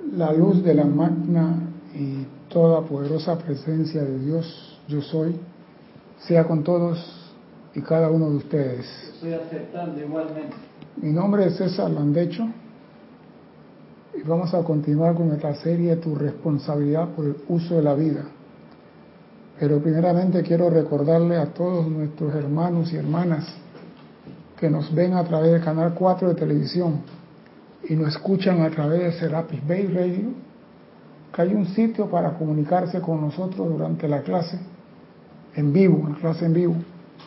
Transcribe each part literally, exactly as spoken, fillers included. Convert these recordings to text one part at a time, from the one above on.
La luz de la magna y toda poderosa presencia de Dios, yo soy, sea con todos y cada uno de ustedes. Estoy aceptando igualmente. Mi nombre es César Landecho y vamos a continuar con nuestra serie Tu responsabilidad por el uso de la vida. Pero primeramente quiero recordarle a todos nuestros hermanos y hermanas que nos ven a través del canal cuatro de televisión y nos escuchan a través de Serapis Bay Radio, que hay un sitio para comunicarse con nosotros durante la clase en vivo, en clase en vivo,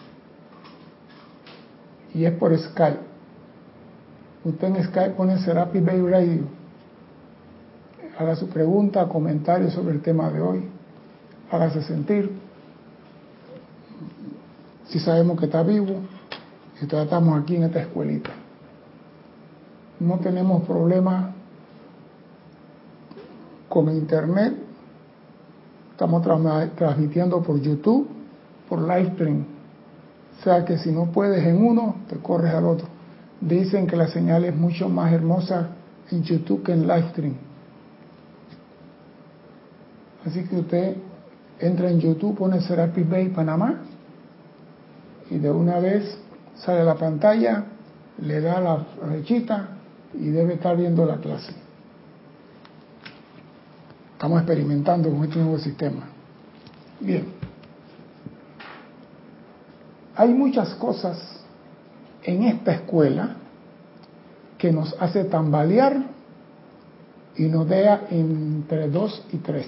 y es por Skype. Usted en Skype pone Serapis Bay Radio, haga su pregunta, comentario sobre el tema de hoy, hágase sentir. Si sabemos que está vivo, si tratamos aquí en esta escuelita. No tenemos problema con internet. Estamos tra transmitiendo por YouTube, por Livestream. O sea que si no puedes en uno, te corres al otro. Dicen que la señal es mucho más hermosa en YouTube que en Livestream. Así que usted entra en YouTube, pone Serapis Bay Panamá y de una vez sale a la pantalla, le da la flechita y debe estar viendo la clase. Estamos experimentando con este nuevo sistema. Bien. Hay muchas cosas en esta escuela que nos hace tambalear y nos deja entre dos y tres.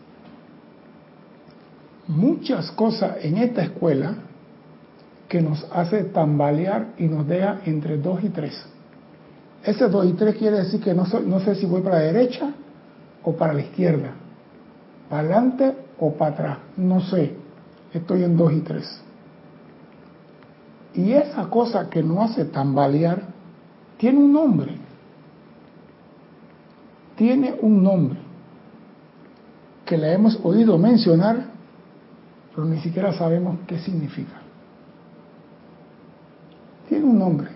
Muchas cosas en esta escuela que nos hace tambalear y nos deja entre dos y tres. Ese dos y tres quiere decir que no, so, no sé si voy para la derecha o para la izquierda, para adelante o para atrás, no sé, estoy en dos y tres. Y esa cosa que nos hace tambalear tiene un nombre, tiene un nombre que la hemos oído mencionar, pero ni siquiera sabemos qué significa. Tiene un nombre.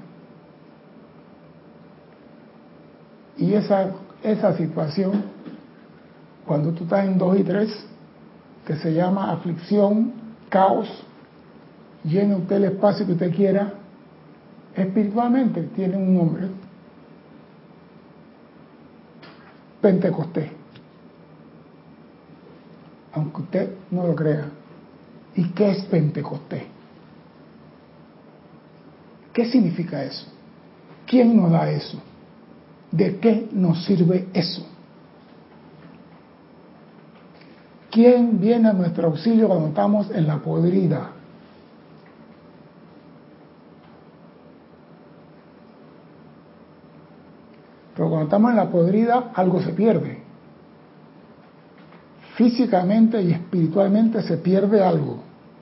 Y esa, esa situación, cuando tú estás en dos y tres, que se llama aflicción, caos, llene usted el espacio que usted quiera, espiritualmente tiene un nombre. Pentecostés. Aunque usted no lo crea. ¿Y qué es Pentecostés? ¿Qué significa eso? ¿Quién nos da eso? ¿De qué nos sirve eso? ¿Quién viene a nuestro auxilio cuando estamos en la podrida? Pero cuando estamos en la podrida, algo se pierde. Físicamente y espiritualmente se pierde algo.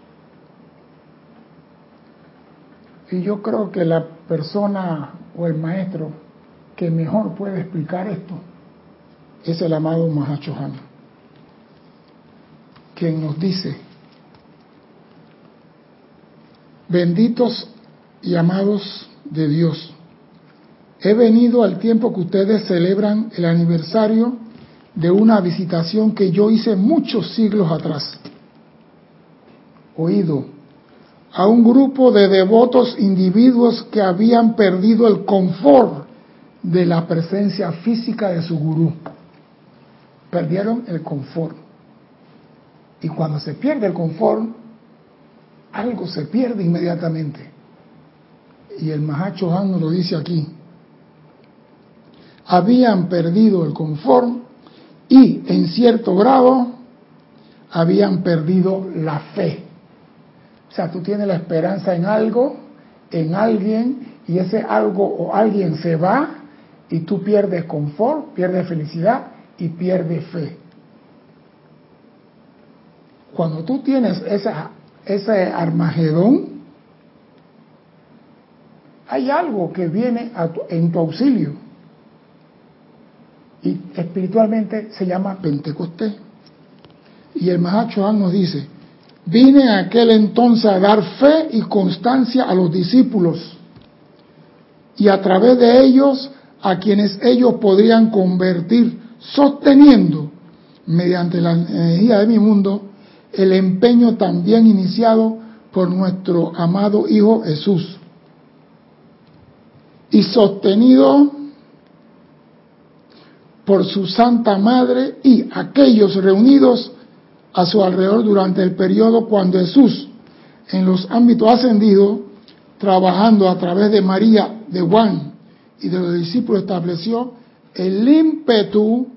Y yo creo que la persona o el maestro que mejor puede explicar esto es el amado Mahachohan, quien nos dice: benditos y amados de Dios, he venido al tiempo que ustedes celebran el aniversario de una visitación que yo hice muchos siglos atrás. Oído a un grupo de devotos individuos que habían perdido el confort de la presencia física de su gurú. Perdieron el confort. Y cuando se pierde el confort, algo se pierde inmediatamente. Y el Mahachohan nos lo dice aquí. Habían perdido el confort y, en cierto grado, habían perdido la fe. O sea, tú tienes la esperanza en algo, en alguien, y ese algo o alguien se va, y tú pierdes confort, pierdes felicidad y pierdes fe. Cuando tú tienes esa, ese Armagedón, hay algo que viene a tu, en tu auxilio, y espiritualmente se llama Pentecostés. Y el Mahachohan nos dice: vine en aquel entonces a dar fe y constancia a los discípulos, y a través de ellos a quienes ellos podrían convertir sosteniendo mediante la energía de mi mundo el empeño también iniciado por nuestro amado Hijo Jesús y sostenido por su Santa Madre y aquellos reunidos a su alrededor durante el periodo cuando Jesús, en los ámbitos ascendidos, trabajando a través de María, de Juan y de los discípulos, estableció el ímpetu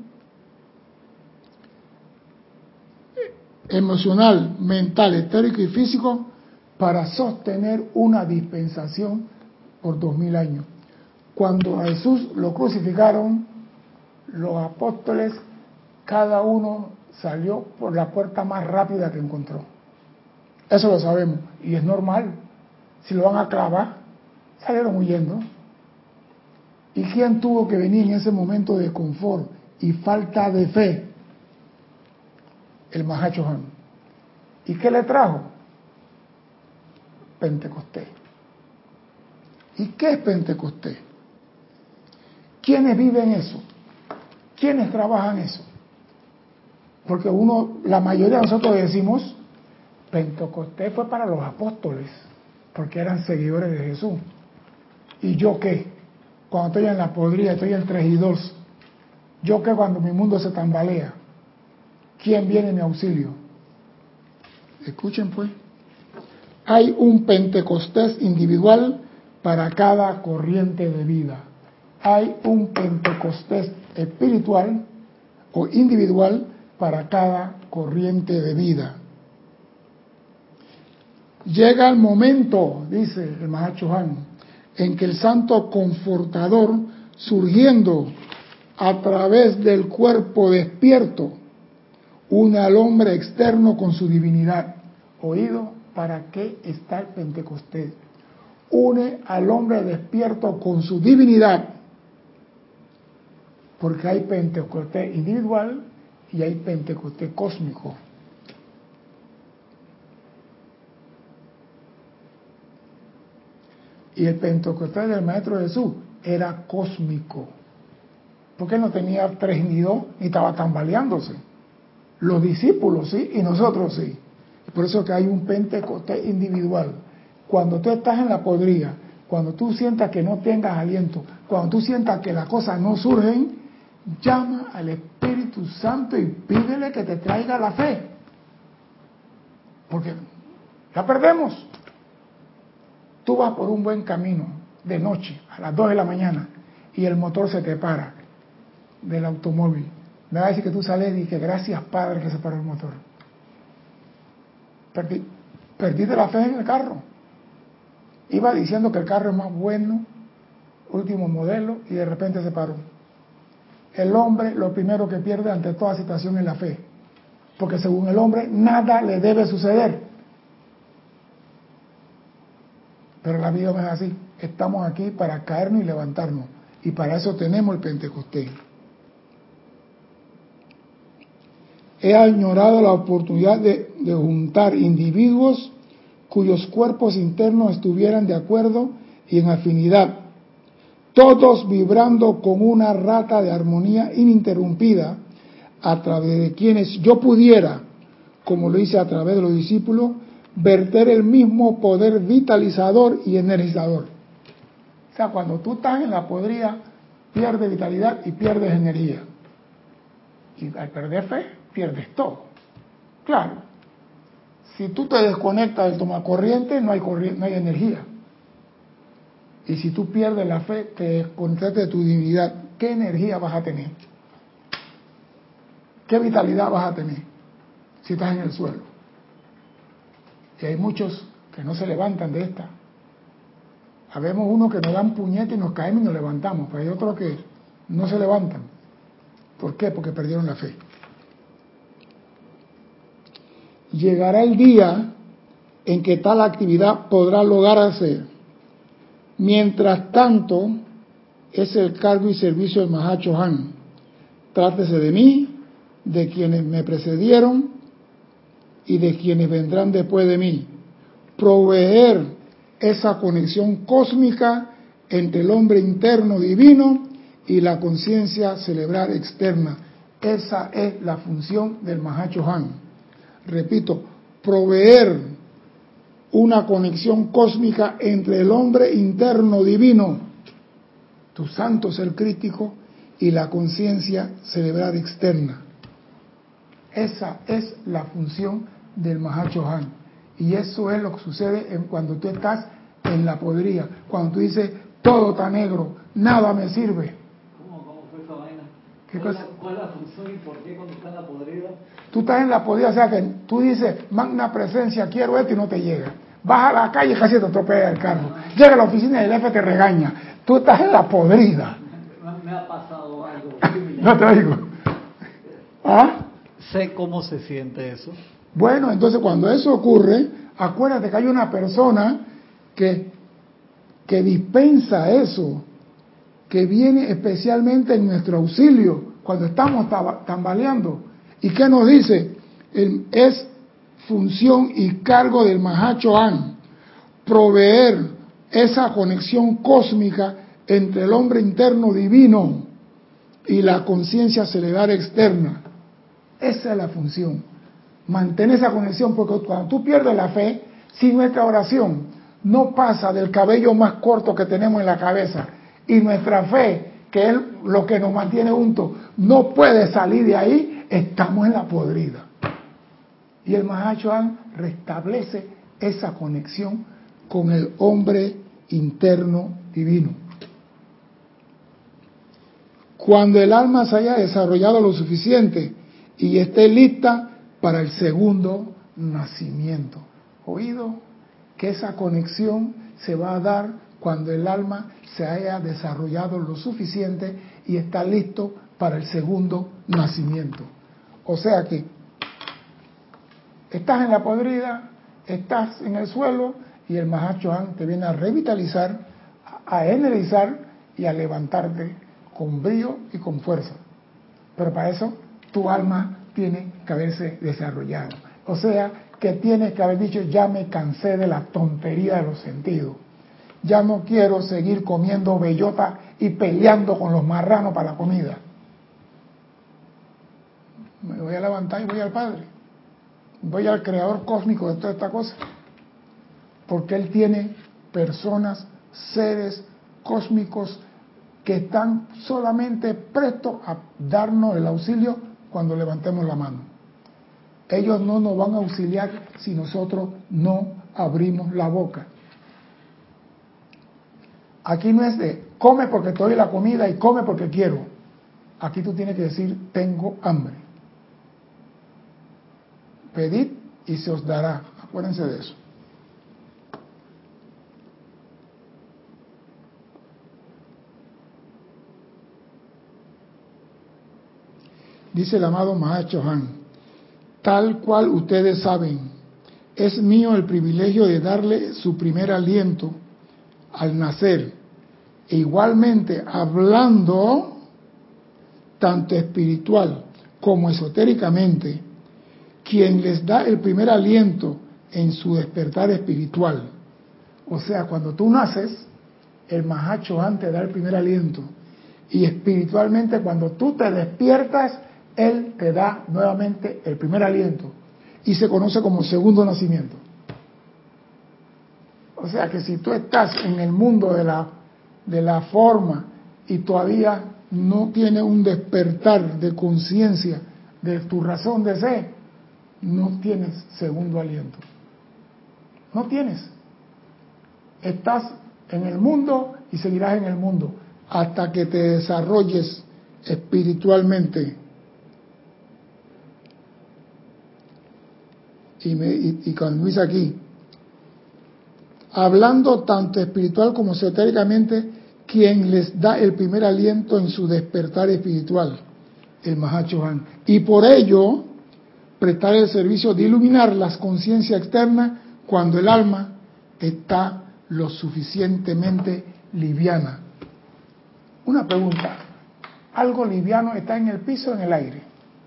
emocional, mental, etérico y físico para sostener una dispensación por dos mil años. Cuando a Jesús lo crucificaron, los apóstoles, cada uno salió por la puerta más rápida que encontró. Eso lo sabemos, y es normal. Si lo van a clavar, salieron huyendo. ¿Y quién tuvo que venir en ese momento de confort y falta de fe? El Mahacho Han. ¿Y qué le trajo? Pentecostés. ¿Y qué es Pentecostés? ¿Quiénes viven eso? ¿Quiénes trabajan eso? Porque uno, la mayoría de nosotros decimos, Pentecostés fue para los apóstoles, porque eran seguidores de Jesús. ¿Y yo qué? Cuando estoy en la podrida, estoy en tres y dos. ¿Yo qué cuando mi mundo se tambalea? ¿Quién viene en mi auxilio? Escuchen pues. Hay un Pentecostés individual para cada corriente de vida. Hay un Pentecostés espiritual o individual para cada corriente de vida. Llega el momento, dice el Mahacho Han, en que el Santo Confortador, surgiendo a través del cuerpo despierto, une al hombre externo con su divinidad. ¿Oído? ¿Para qué está el Pentecostés? Une al hombre despierto con su divinidad, porque hay Pentecostés individual y hay Pentecostés cósmico. Y el Pentecostés del Maestro Jesús era cósmico, porque no tenía tres ni dos, ni estaba tambaleándose. Los discípulos sí, y nosotros sí. Por eso que hay un Pentecostés individual. Cuando tú estás en la podrida, cuando tú sientas que no tengas aliento, cuando tú sientas que las cosas no surgen, llama al Espíritu Santo y pídele que te traiga la fe. Porque la perdemos. Tú vas por un buen camino de noche, a las dos de la mañana, y el motor se te para del automóvil. Me va a decir que tú sales y que gracias Padre que se paró el motor. Perdí, perdiste la fe en el carro. Iba diciendo que el carro es más bueno, último modelo, y de repente se paró. El hombre lo primero que pierde ante toda situación es la fe, porque según el hombre nada le debe suceder. Pero la vida no es así. Estamos aquí para caernos y levantarnos, y para eso tenemos el Pentecostés. He añorado la oportunidad de, de juntar individuos cuyos cuerpos internos estuvieran de acuerdo y en afinidad, todos vibrando con una rata de armonía ininterrumpida, a través de quienes yo pudiera, como lo hice a través de los discípulos, verter el mismo poder vitalizador y energizador. O sea, cuando tú estás en la podrida, pierdes vitalidad y pierdes energía. Y al perder fe, pierdes todo. Claro, si tú te desconectas del tomacorriente, no hay corriente, no hay energía. Y si tú pierdes la fe, te desconectas de tu divinidad, ¿qué energía vas a tener? ¿Qué vitalidad vas a tener si estás en el suelo? Y hay muchos que no se levantan de esta. Habemos unos que nos dan puñete y nos caemos y nos levantamos, pero hay otros que no se levantan. ¿Por qué? Porque perdieron la fe. Llegará el día en que tal actividad podrá lograrse. Mientras tanto, es el cargo y servicio del Mahacho Han. Trátese de mí, de quienes me precedieron y de quienes vendrán después de mí. Proveer esa conexión cósmica entre el hombre interno divino y la conciencia cerebral externa. Esa es la función del Mahachohan. Repito, proveer una conexión cósmica entre el hombre interno divino, tu santo ser crítico, y la conciencia cerebral externa. Esa es la función del Mahachohan. Y eso es lo que sucede en cuando tú estás en la podría. Cuando tú dices, todo está negro, nada me sirve. ¿Cómo, cómo fue esa vaina? ¿Qué ¿Cuál, cosa? es la, ¿Cuál es la función y por qué cuando está en la podrida? Tú estás en la podrida, o sea que tú dices, magna presencia, quiero esto y no te llega. Vas a la calle y casi te atropella el carro. Llega a la oficina y el jefe te regaña. Tú estás en la podrida. Me, me ha pasado algo similar. No te digo. ¿Ah? Sé cómo se siente eso. Bueno, entonces cuando eso ocurre, acuérdate que hay una persona que, que dispensa eso, que viene especialmente en nuestro auxilio cuando estamos tambaleando. ¿Y qué nos dice? El, es función y cargo del Mahachohan proveer esa conexión cósmica entre el hombre interno divino y la conciencia cerebral externa. Esa es la función. Mantener esa conexión, porque cuando tú pierdes la fe, si nuestra oración no pasa del cabello más corto que tenemos en la cabeza y nuestra fe, que es lo que nos mantiene juntos, no puede salir de ahí, estamos en la podrida. Y el Mahachohan restablece esa conexión con el hombre interno divino. Cuando el alma se haya desarrollado lo suficiente y esté lista para el segundo nacimiento. ¿Oído? Que esa conexión se va a dar cuando el alma se haya desarrollado lo suficiente y está listo para el segundo nacimiento. O sea que estás en la podrida, estás en el suelo y el Mahachohan te viene a revitalizar, a energizar y a levantarte con brío y con fuerza. Pero para eso tu alma tiene que haberse desarrollado. O sea, que tienes que haber dicho, ya me cansé de la tontería de los sentidos. Ya no quiero seguir comiendo bellota y peleando con los marranos para la comida. Me voy a levantar y voy al Padre. Voy al Creador cósmico de toda esta cosa. Porque Él tiene personas, seres cósmicos que están solamente prestos a darnos el auxilio cuando levantemos la mano. Ellos no nos van a auxiliar si nosotros no abrimos la boca. Aquí no es de come porque te doy la comida y come porque quiero. Aquí tú tienes que decir tengo hambre. Pedid y se os dará. Acuérdense de eso. Dice el amado Mahachohan, tal cual ustedes saben, es mío el privilegio de darle su primer aliento al nacer, e igualmente hablando tanto espiritual como esotéricamente, quien les da el primer aliento en su despertar espiritual. O sea, cuando tú naces, el Mahachohan te da el primer aliento, y espiritualmente cuando tú te despiertas, Él te da nuevamente el primer aliento y se conoce como segundo nacimiento. O sea que si tú estás en el mundo de la, de la forma y todavía no tienes un despertar de conciencia de tu razón de ser, no tienes segundo aliento. No tienes. Estás en el mundo y seguirás en el mundo hasta que te desarrolles espiritualmente. Y, me, y, y cuando dice aquí, hablando tanto espiritual como esotéricamente, quien les da el primer aliento en su despertar espiritual, el Mahachohan. Y por ello, prestar el servicio de iluminar las conciencias externas cuando el alma está lo suficientemente liviana. Una pregunta, ¿algo liviano está en el piso o en el aire?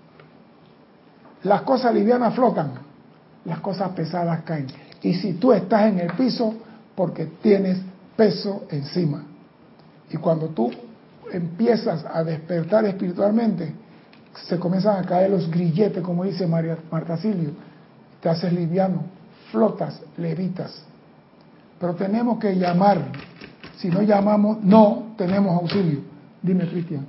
Las cosas livianas flotan. Las cosas pesadas caen. Y si tú estás en el piso, porque tienes peso encima. Y cuando tú empiezas a despertar espiritualmente, se comienzan a caer los grilletes, como dice María, Marta Silio, te haces liviano, flotas, levitas. Pero tenemos que llamar. Si no llamamos, no tenemos auxilio. Dime, Cristian.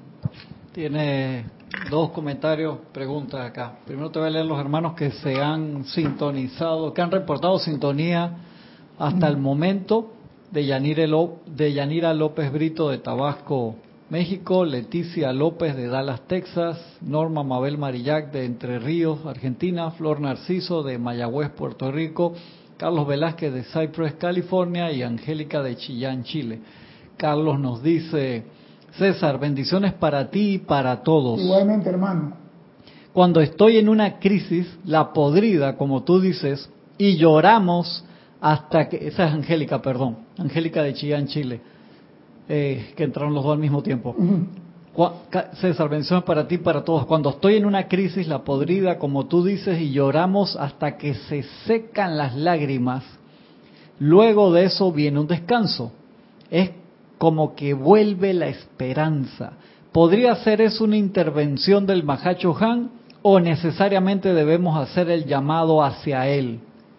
Tiene dos comentarios, preguntas acá. Primero te voy a leer los hermanos que se han sintonizado, que han reportado sintonía hasta el momento. De Yanira, de Yanira López Brito de Tabasco, México, Leticia López de Dallas, Texas, Norma Mabel Marillac de Entre Ríos, Argentina, Flor Narciso de Mayagüez, Puerto Rico, Carlos Velázquez de Cypress, California y Angélica de Chillán, Chile. Carlos nos dice: César, bendiciones para ti y para todos. Igualmente, hermano. Cuando estoy en una crisis, la podrida, como tú dices, y lloramos hasta que... Esa es Angélica, perdón. Angélica de Chillán, Chile. Eh, que entraron los dos al mismo tiempo. Uh-huh. César, bendiciones para ti y para todos. Cuando estoy en una crisis, la podrida, como tú dices, y lloramos hasta que se secan las lágrimas, luego de eso viene un descanso. Es como que vuelve la esperanza. ¿Podría ser eso una intervención del Mahacho Han o necesariamente debemos hacer el llamado hacia él?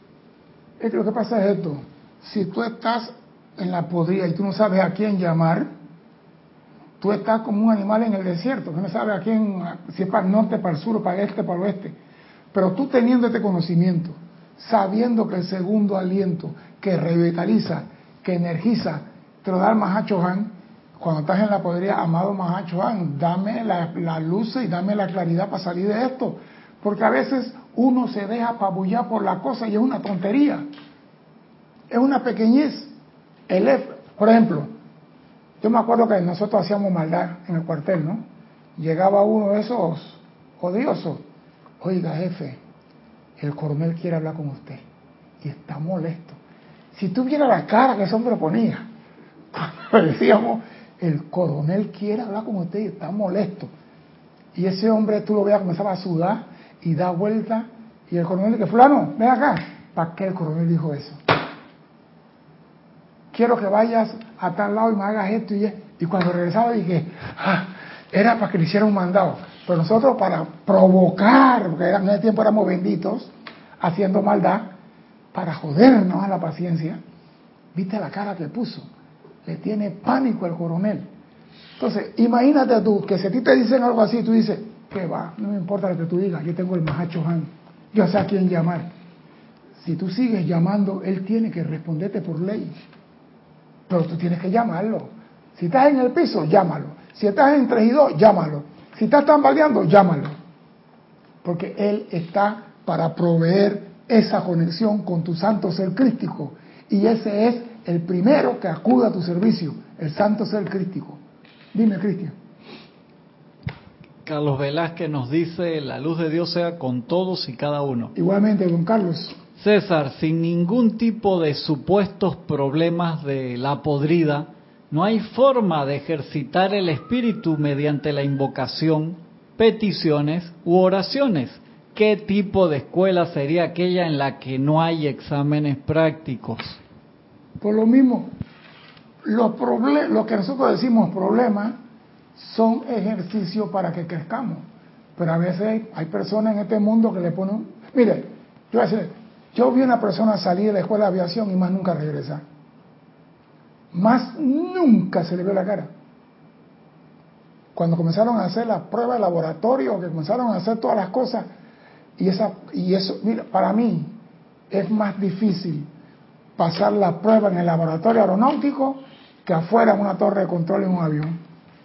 Es que lo que pasa es esto: si tú estás en la podrida y tú no sabes a quién llamar, tú estás como un animal en el desierto, que no sabes a quién, si es para el norte, para el sur, para el este, para el oeste. Pero tú teniendo este conocimiento, sabiendo que el segundo aliento que revitaliza, que energiza, te lo da el Mahacho Han, cuando estás en la podrida, amado Mahacho Han, dame la, la luz y dame la claridad para salir de esto. Porque a veces uno se deja apabullar por la cosa y es una tontería, es una pequeñez. El F, por ejemplo, yo me acuerdo que nosotros hacíamos maldad en el cuartel, ¿no? Llegaba uno de esos odiosos: oiga, jefe, el coronel quiere hablar con usted y está molesto. Si tú vieras la cara que ese hombre ponía, decíamos, el coronel quiere hablar con usted y está molesto. Y ese hombre, tú lo veas, comenzaba a sudar y da vuelta, y el coronel dice: fulano, ven acá. ¿Para qué el coronel dijo eso? Quiero que vayas a tal lado y me hagas esto y esto. Y cuando regresaba dije, ah, era para que le hiciera un mandado. Pero nosotros, para provocar, porque en ese tiempo éramos benditos, haciendo maldad, para jodernos a la paciencia, viste la cara que puso. Le tiene pánico el coronel. Entonces, imagínate tú, que si a ti te dicen algo así, tú dices, ¿qué va? No me importa lo que tú digas, yo tengo el Mahacho Han, yo sé a quién llamar. Si tú sigues llamando, él tiene que responderte por ley. Pero tú tienes que llamarlo. Si estás en el piso, llámalo. Si estás en tres y dos, llámalo. Si estás tambaleando, llámalo. Porque Él está para proveer esa conexión con tu santo ser crístico. Y ese es el primero que acude a tu servicio, el santo ser crístico. Dime, Cristian. Carlos Velázquez nos dice: la luz de Dios sea con todos y cada uno. Igualmente, don Carlos. César, sin ningún tipo de supuestos problemas de la podrida, no hay forma de ejercitar el espíritu mediante la invocación, peticiones u oraciones. ¿Qué tipo de escuela sería aquella en la que no hay exámenes prácticos? Por lo mismo, los problem- lo que nosotros decimos problemas son ejercicios para que crezcamos. Pero a veces hay, hay personas en este mundo que le ponen... Mire, yo voy a decir, yo vi una persona salir de la escuela de aviación y más nunca regresar. Más nunca se le vio la cara. Cuando comenzaron a hacer las pruebas de laboratorio, que comenzaron a hacer todas las cosas, y, esa, y eso, mira, para mí es más difícil pasar la prueba en el laboratorio aeronáutico que afuera en una torre de control en un avión.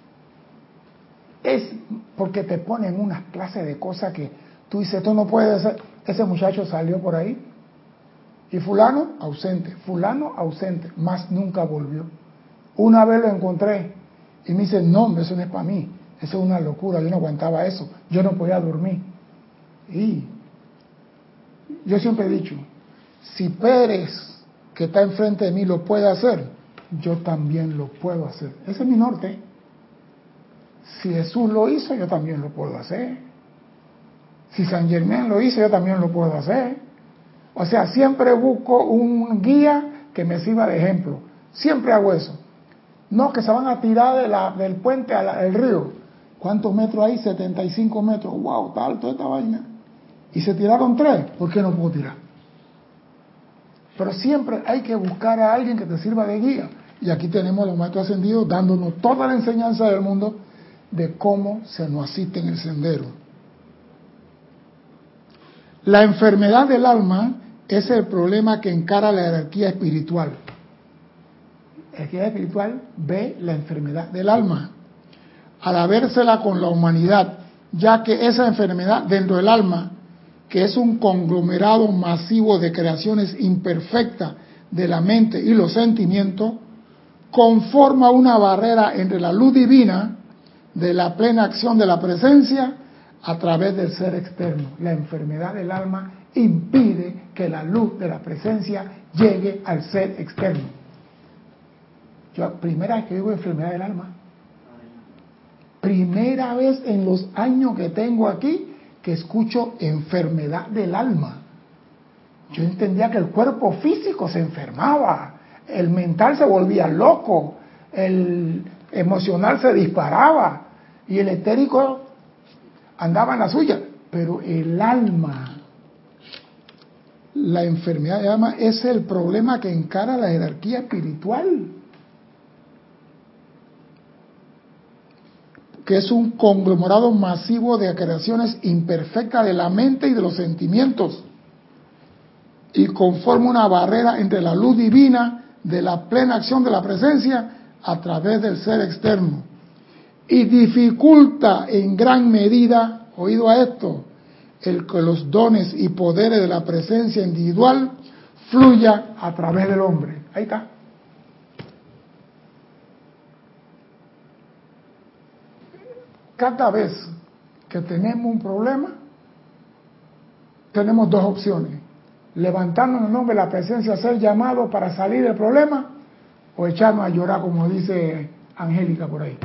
Es porque te ponen unas clases de cosas que tú dices, tú no puedes hacer. Ese muchacho salió por ahí y fulano ausente, fulano ausente, más nunca volvió. Una vez lo encontré y me dice, no, eso no es para mí, eso es una locura, yo no aguantaba eso, yo no podía dormir. Y yo siempre he dicho, si Pérez, que está enfrente de mí, lo puede hacer, yo también lo puedo hacer. Ese es mi norte. Si Jesús lo hizo, yo también lo puedo hacer. Si San Germán lo hizo, yo también lo puedo hacer. O sea, siempre busco un guía que me sirva de ejemplo. Siempre hago eso. No que se van a tirar de la, del puente al río. ¿Cuántos metros hay? setenta y cinco metros. ¡Wow! Está alto esta vaina. Y se tiraron tres. ¿Por qué no puedo tirar? Pero siempre hay que buscar a alguien que te sirva de guía. Y aquí tenemos a los maestros ascendidos dándonos toda la enseñanza del mundo de cómo se nos asiste en el sendero. La enfermedad del alma es el problema que encara la jerarquía espiritual. La jerarquía espiritual ve la enfermedad del alma. Al habérsela con la humanidad, ya que esa enfermedad dentro del alma, que es un conglomerado masivo de creaciones imperfectas de la mente y los sentimientos, conforma una barrera entre la luz divina de la plena acción de la presencia a través del ser externo. La enfermedad del alma impide que la luz de la presencia llegue al ser externo. Yo, primera vez que digo enfermedad del alma, primera vez en los años que tengo aquí que escucho enfermedad del alma. Yo entendía que el cuerpo físico se enfermaba, el mental se volvía loco, el emocional se disparaba y el etérico andaba en la suya, pero el alma, la enfermedad del alma es el problema que encara la jerarquía espiritual, que es un conglomerado masivo de creaciones imperfectas de la mente y de los sentimientos, y conforma una barrera entre la luz divina de la plena acción de la presencia a través del ser externo, y dificulta en gran medida, oído a esto, el que los dones y poderes de la presencia individual fluyan a través del hombre. Ahí está. Cada vez que tenemos un problema, tenemos dos opciones: levantarnos en el nombre de la presencia, ser llamado para salir del problema, o echarnos a llorar, como dice Angélica por ahí.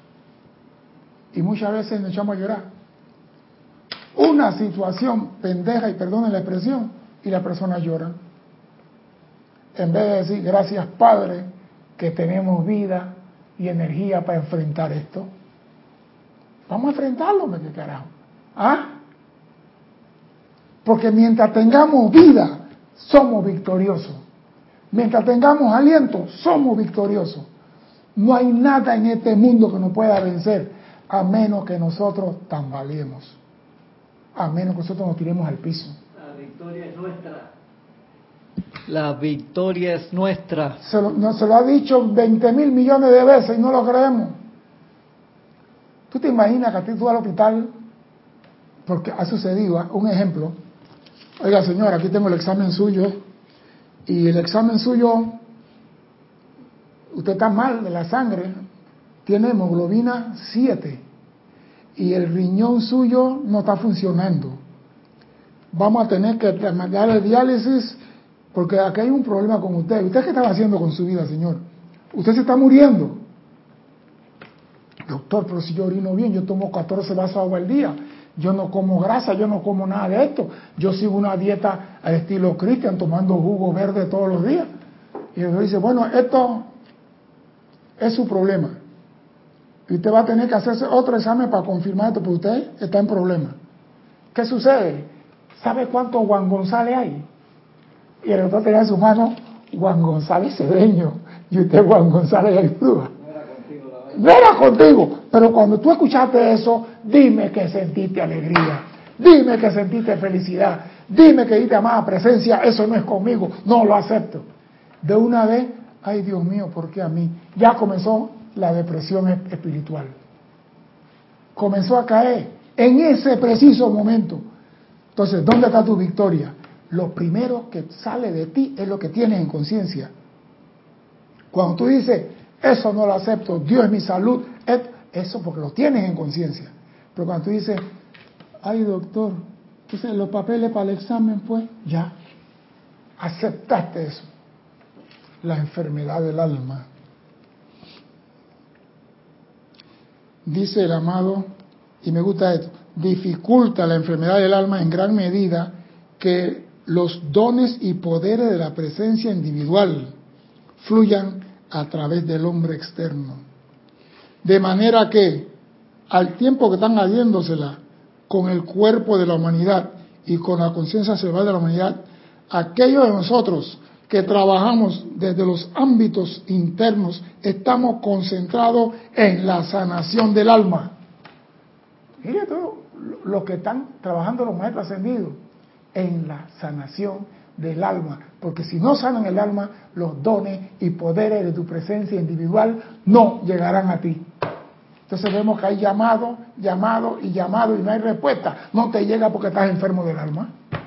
Y muchas veces nos echamos a llorar. Una situación pendeja, y perdonen la expresión, y la persona llora. En vez de decir, gracias Padre, que tenemos vida y energía para enfrentar esto. Vamos a enfrentarlo, ¿me qué carajo? ¿Ah? Porque mientras tengamos vida, somos victoriosos. Mientras tengamos aliento, somos victoriosos. No hay nada en este mundo que nos pueda vencer, a menos que nosotros tambaleemos, a menos que nosotros nos tiremos al piso. La victoria es nuestra. La victoria es nuestra. Se lo, nos se lo ha dicho veinte mil millones de veces y no lo creemos. ¿Tú te imaginas que a ti tú vas al hospital? Porque ha sucedido, ¿eh? Un ejemplo. Oiga, señora, aquí tengo el examen suyo. Y el examen suyo, usted está mal de la sangre, tiene hemoglobina siete. Y el riñón suyo no está funcionando. Vamos a tener que darle diálisis porque aquí hay un problema con usted. ¿Usted qué estaba haciendo con su vida, señor? Usted se está muriendo. Doctor, pero si yo orino bien, yo tomo catorce vasos de agua al día, yo no como grasa, yo no como nada de esto, yo sigo una dieta al estilo Cristian, tomando jugo verde todos los días. Y él dice, bueno, esto es su problema. Y usted va a tener que hacerse otro examen para confirmar esto, porque usted está en problema. ¿Qué sucede? ¿Sabe cuántos Juan González hay? Y el doctor tenía en su mano Juan González Cedeño, y usted Juan González Ayudúa. No era contigo, pero cuando tú escuchaste eso, dime que sentiste alegría, dime que sentiste felicidad, dime que dijiste amada presencia, eso no es conmigo, no lo acepto. De una vez, ay Dios mío, ¿por qué a mí? Ya comenzó la depresión espiritual. Comenzó a caer en ese preciso momento. Entonces, ¿dónde está tu victoria? Lo primero que sale de ti es lo que tienes en conciencia. Cuando tú dices, eso no lo acepto, Dios es mi salud, eso porque lo tienes en conciencia. Pero cuando tú dices, ay doctor, entonces los papeles para el examen, pues ya, aceptaste eso. La enfermedad del alma. Dice el amado, y me gusta esto, dificulta la enfermedad del alma en gran medida que los dones y poderes de la presencia individual fluyan a través del hombre externo. De manera que, al tiempo que están aliéndosela con el cuerpo de la humanidad y con la conciencia cerebral de la humanidad, aquellos de nosotros que trabajamos desde los ámbitos internos, estamos concentrados en la sanación del alma. Mire todo, los que están trabajando los maestros ascendidos, en la sanación del alma, porque si no sanan el alma, los dones y poderes de tu presencia individual no llegarán a ti. Entonces vemos que hay llamado, llamado y llamado y no hay respuesta. No te llega porque estás enfermo del alma.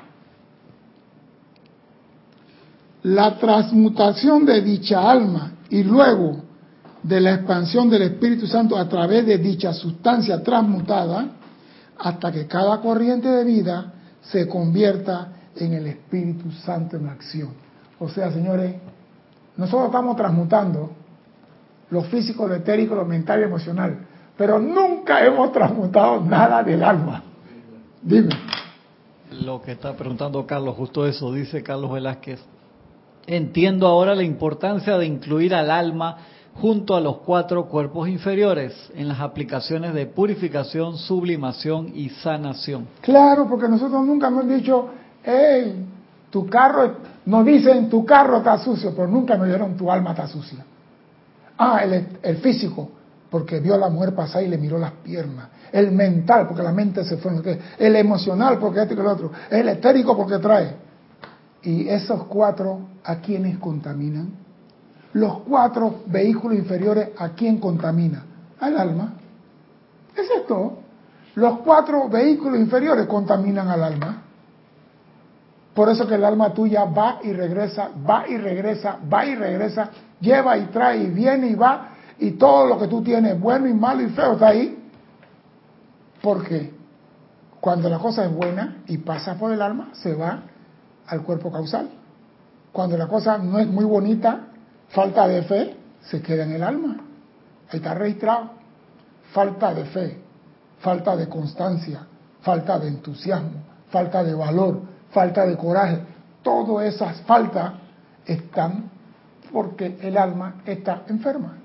La transmutación de dicha alma y luego de la expansión del Espíritu Santo a través de dicha sustancia transmutada, hasta que cada corriente de vida se convierta en el Espíritu Santo en acción. O sea, señores, nosotros estamos transmutando lo físico, lo etérico, lo mental y emocional, pero nunca hemos transmutado nada del alma. Dime. Lo que está preguntando Carlos, justo eso, dice Carlos Velázquez. Entiendo ahora la importancia de incluir al alma junto a los cuatro cuerpos inferiores en las aplicaciones de purificación, sublimación y sanación. Claro, porque nosotros nunca hemos dicho, hey, tu carro, nos dicen tu carro está sucio, pero nunca nos dijeron tu alma está sucia. Ah, el, el físico, porque vio a la mujer pasar y le miró las piernas. El mental, porque la mente se fue. El emocional, porque este y el otro. El etérico, porque trae. Y esos cuatro, ¿a quiénes contaminan? Los cuatro vehículos inferiores, ¿a quién contamina? Al alma. Es esto. Los cuatro vehículos inferiores contaminan al alma. Por eso que el alma tuya va y regresa, va y regresa, va y regresa, lleva y trae y viene y va, y todo lo que tú tienes, bueno y malo y feo, está ahí. Porque cuando la cosa es buena y pasa por el alma, se va al cuerpo causal. Cuando la cosa no es muy bonita, falta de fe, se queda en el alma. Ahí está registrado. Falta de fe, falta de constancia, falta de entusiasmo, falta de valor, falta de coraje. Todas esas faltas están porque el alma está enferma.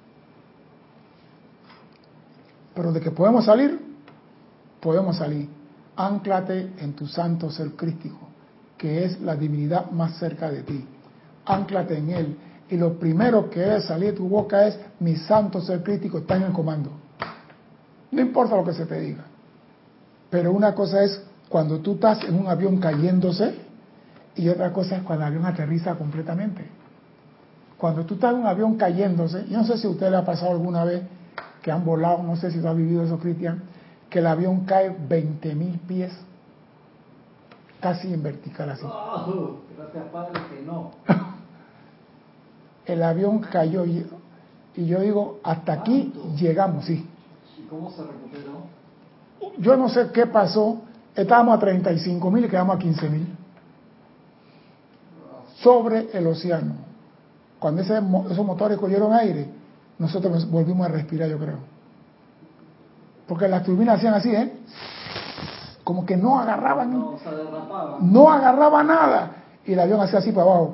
Pero de que podemos salir, podemos salir. Ánclate en tu santo ser crístico, que es la divinidad más cerca de ti. Ánclate en él. Y lo primero que debe salir de tu boca es: mi santo ser crístico está en el comando. No importa lo que se te diga. Pero una cosa es cuando tú estás en un avión cayéndose, y otra cosa es cuando el avión aterriza completamente. Cuando tú estás en un avión cayéndose, yo no sé si a usted le ha pasado alguna vez que han volado, no sé si tú has vivido eso, Cristian, que el avión cae veinte mil pies, casi en vertical así. Oh, gracias, Padre, que no. El avión cayó y, y yo digo, hasta aquí llegamos, sí. ¿Y cómo se recuperó? Yo no sé qué pasó, estábamos a treinta y cinco mil y quedamos a quince mil. Sobre el océano. Cuando ese, esos motores cogieron aire, nosotros volvimos a respirar, yo creo. Porque las turbinas hacían así, ¿eh? Como que no agarraban. No, se derrapaba. No agarraba nada. Y el avión hacía así para abajo.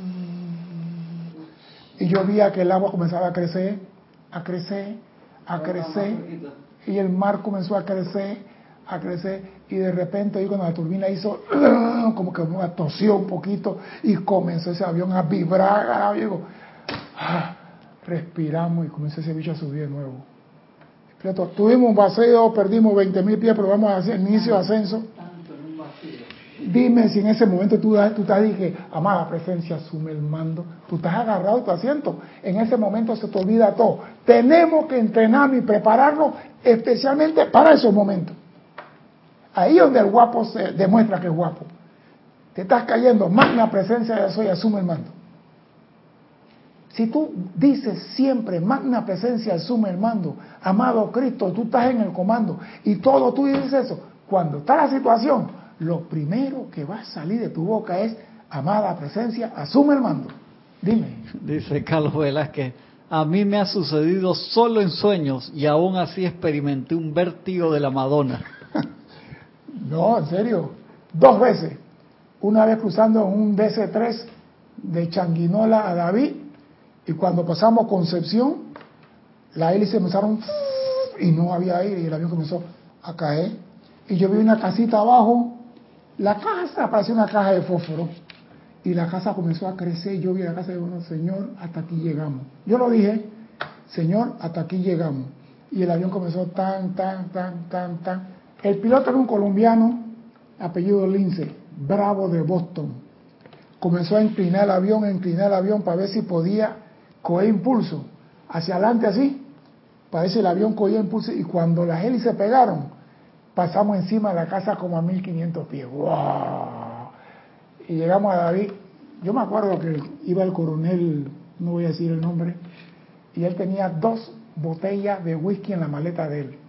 Y yo veía que el agua comenzaba a crecer, a crecer, a crecer. Y el mar comenzó a crecer, a crecer. Y de repente, ahí cuando la turbina hizo, como que tosió un poquito, y comenzó ese avión a vibrar. Y digo, ah, respiramos y comenzó ese bicho a subir de nuevo. Tuvimos un vacío, perdimos veinte mil pies, pero vamos a hacer inicio de ascenso. Dime si en ese momento tú, tú estás dije, amada presencia, asume el mando. Tú estás agarrado de tu asiento. En ese momento se te olvida todo. Tenemos que entrenarnos y prepararnos especialmente para esos momentos. Ahí es donde el guapo se demuestra que es guapo. Te estás cayendo, magna presencia de soy, asume el mando. Si tú dices siempre, magna presencia, asume el mando, amado Cristo, tú estás en el comando, y todo tú dices eso, cuando está la situación, lo primero que va a salir de tu boca es, amada presencia, asume el mando. Dime. Dice Carlos Velázquez, a mí me ha sucedido solo en sueños y aún así experimenté un vértigo de la Madonna. No, en serio, dos veces. Una vez cruzando en un D C tres de Changuinola a David, y cuando pasamos Concepción, la hélice empezaron y no había aire y el avión comenzó a caer. Y yo vi una casita abajo, la casa parecía una caja de fósforo. Y la casa comenzó a crecer. Yo vi la casa y digo, bueno, Señor, hasta aquí llegamos. Yo lo dije, Señor, hasta aquí llegamos. Y el avión comenzó tan, tan, tan, tan, tan. El piloto era un colombiano, apellido Lince, Bravo de Boston. Comenzó a inclinar el avión, a inclinar el avión para ver si podía coger impulso. Hacia adelante así, para ver si el avión cogía impulso. Y cuando las hélices pegaron, pasamos encima de la casa como a mil quinientos pies. ¡Wow! Y llegamos a David. Yo me acuerdo que iba el coronel, no voy a decir el nombre, y él tenía dos botellas de whisky en la maleta de él.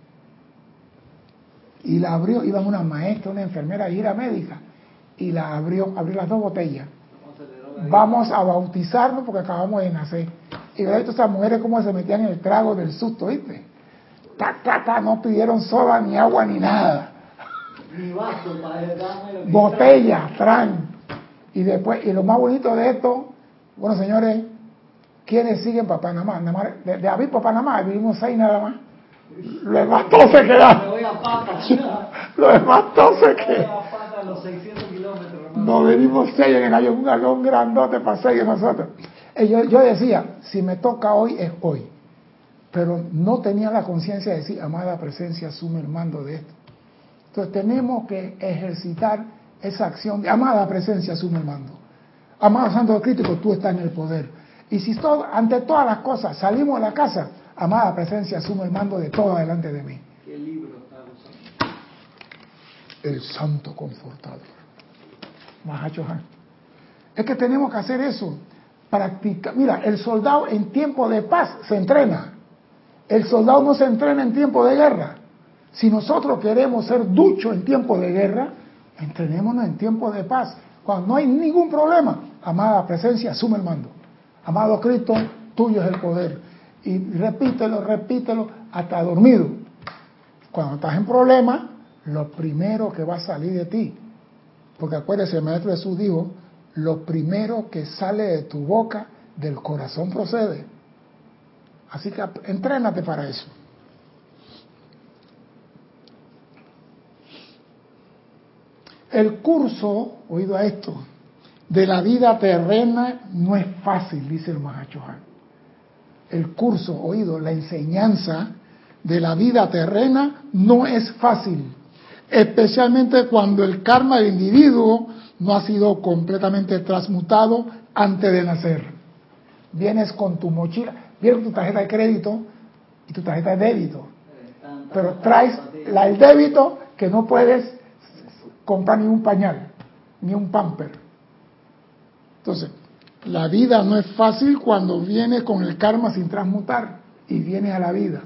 Y la abrió, iban una maestra, una enfermera y era médica. Y la abrió, abrió las dos botellas. Vamos a bautizarnos porque acabamos de nacer. Y ver esas mujeres cómo se metían en el trago del susto, ¿viste? Ta, ta, ta, no pidieron soda, ni agua, ni nada. Ni vaso para darme Botella, tran. Y después, y lo más bonito de esto, bueno señores, ¿quiénes siguen para Panamá? Nada más, de, de David para Panamá, vivimos seis nada más. Los demás todos se quedaron. Me voy a pata. Los demás todos se quedaron. Me voy a pata los seiscientos kilómetros, hermano. Nos venimos seis en el avión, un avión grandote para seis de nosotros. Y yo, yo decía, si me toca hoy, es hoy. Pero no tenía la conciencia de decir, amada presencia, asume el mando de esto. Entonces tenemos que ejercitar esa acción de, amada presencia, asume el mando. Amado Santo Crítico, tú estás en el poder. Y si todo, ante todas las cosas salimos de la casa, amada presencia, asume el mando de todo delante de mí. ¿Qué libro está usando? El Santo Confortador. Mahacho Han. Es que tenemos que hacer eso. Practicar. Mira, el soldado en tiempo de paz se entrena. El soldado no se entrena en tiempo de guerra. Si nosotros queremos ser duchos en tiempo de guerra, entrenémonos en tiempo de paz. Cuando no hay ningún problema, amada presencia, asume el mando. Amado Cristo, tuyo es el poder. Y repítelo, repítelo, hasta dormido. Cuando estás en problemas, lo primero que va a salir de ti, porque acuérdese, el Maestro Jesús dijo, lo primero que sale de tu boca, del corazón procede. Así que entrénate para eso. El curso, oído a esto, de la vida terrena no es fácil, dice el Mahacho Han. El curso, oído, la enseñanza de la vida terrena no es fácil, especialmente cuando el karma del individuo no ha sido completamente transmutado antes de nacer. Vienes con tu mochila, vienes con tu tarjeta de crédito y tu tarjeta de débito, pero traes la, el débito que no puedes comprar ni un pañal, ni un pamper. Entonces, la vida no es fácil cuando viene con el karma sin transmutar y viene a la vida.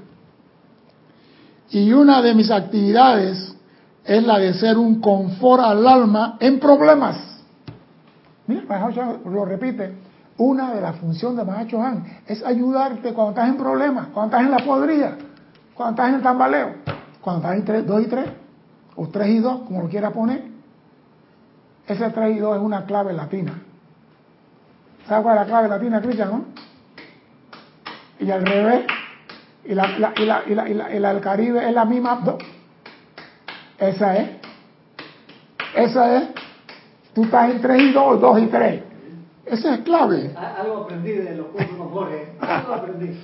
Y una de mis actividades es la de ser un confort al alma en problemas. Mira, Mahacho Han lo repite. Una de las funciones de Mahacho Han es ayudarte cuando estás en problemas, cuando estás en la podrida, cuando estás en el tambaleo, cuando estás en tres, dos y tres, o tres y dos, como lo quiera poner. Ese tres y dos es una clave latina. ¿Sabes cuál es la clave latina, Cristian, no? Y al revés, y la, la, y la, y la, y la, y la del Caribe es la misma. Do. Esa es. Esa es. Tú estás en tres y dos, dos y tres. Esa es clave. Algo aprendí de los cursos con Jorge. Algo aprendí.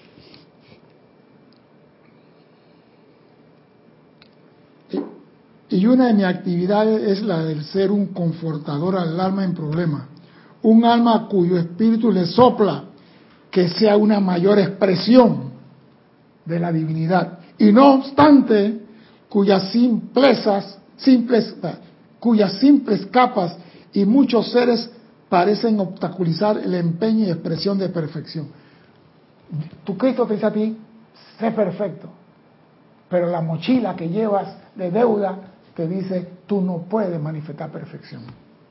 Y una de mis actividades es la del ser un confortador al alma en problemas. Un alma cuyo espíritu le sopla que sea una mayor expresión de la divinidad. Y no obstante, cuyas simplezas, simples, cuyas simples capas y muchos seres parecen obstaculizar el empeño y expresión de perfección. Tu Cristo te dice a ti, sé perfecto. Pero la mochila que llevas de deuda te dice, tú no puedes manifestar perfección.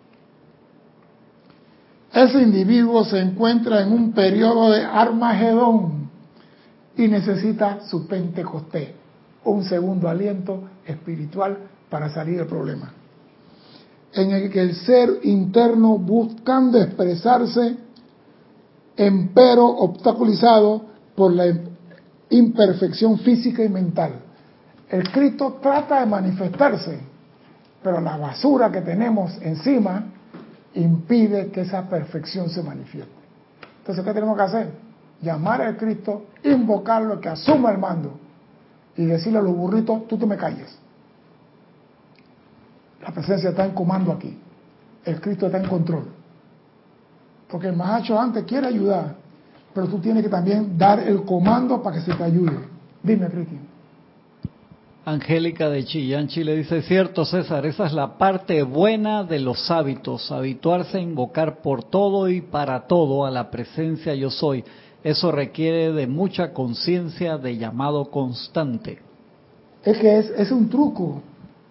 Ese individuo se encuentra en un periodo de Armagedón y necesita su Pentecostés, un segundo aliento espiritual para salir del problema, en el que el ser interno, buscando expresarse, empero obstaculizado por la imperfección física y mental. El Cristo trata de manifestarse, pero la basura que tenemos encima impide que esa perfección se manifieste. Entonces, ¿qué tenemos que hacer? Llamar al Cristo, invocarlo, que asuma el mando y decirle a los burritos, tú te me calles. La presencia está en comando aquí. El Cristo está en control. Porque el Mahacho antes quiere ayudar, pero tú tienes que también dar el comando para que se te ayude. Dime, Cristian. Angélica de Chillán, Chile dice, cierto César, esa es la parte buena de los hábitos, habituarse a invocar por todo y para todo a la presencia yo soy. Eso requiere de mucha conciencia de llamado constante. Es que es, es un truco.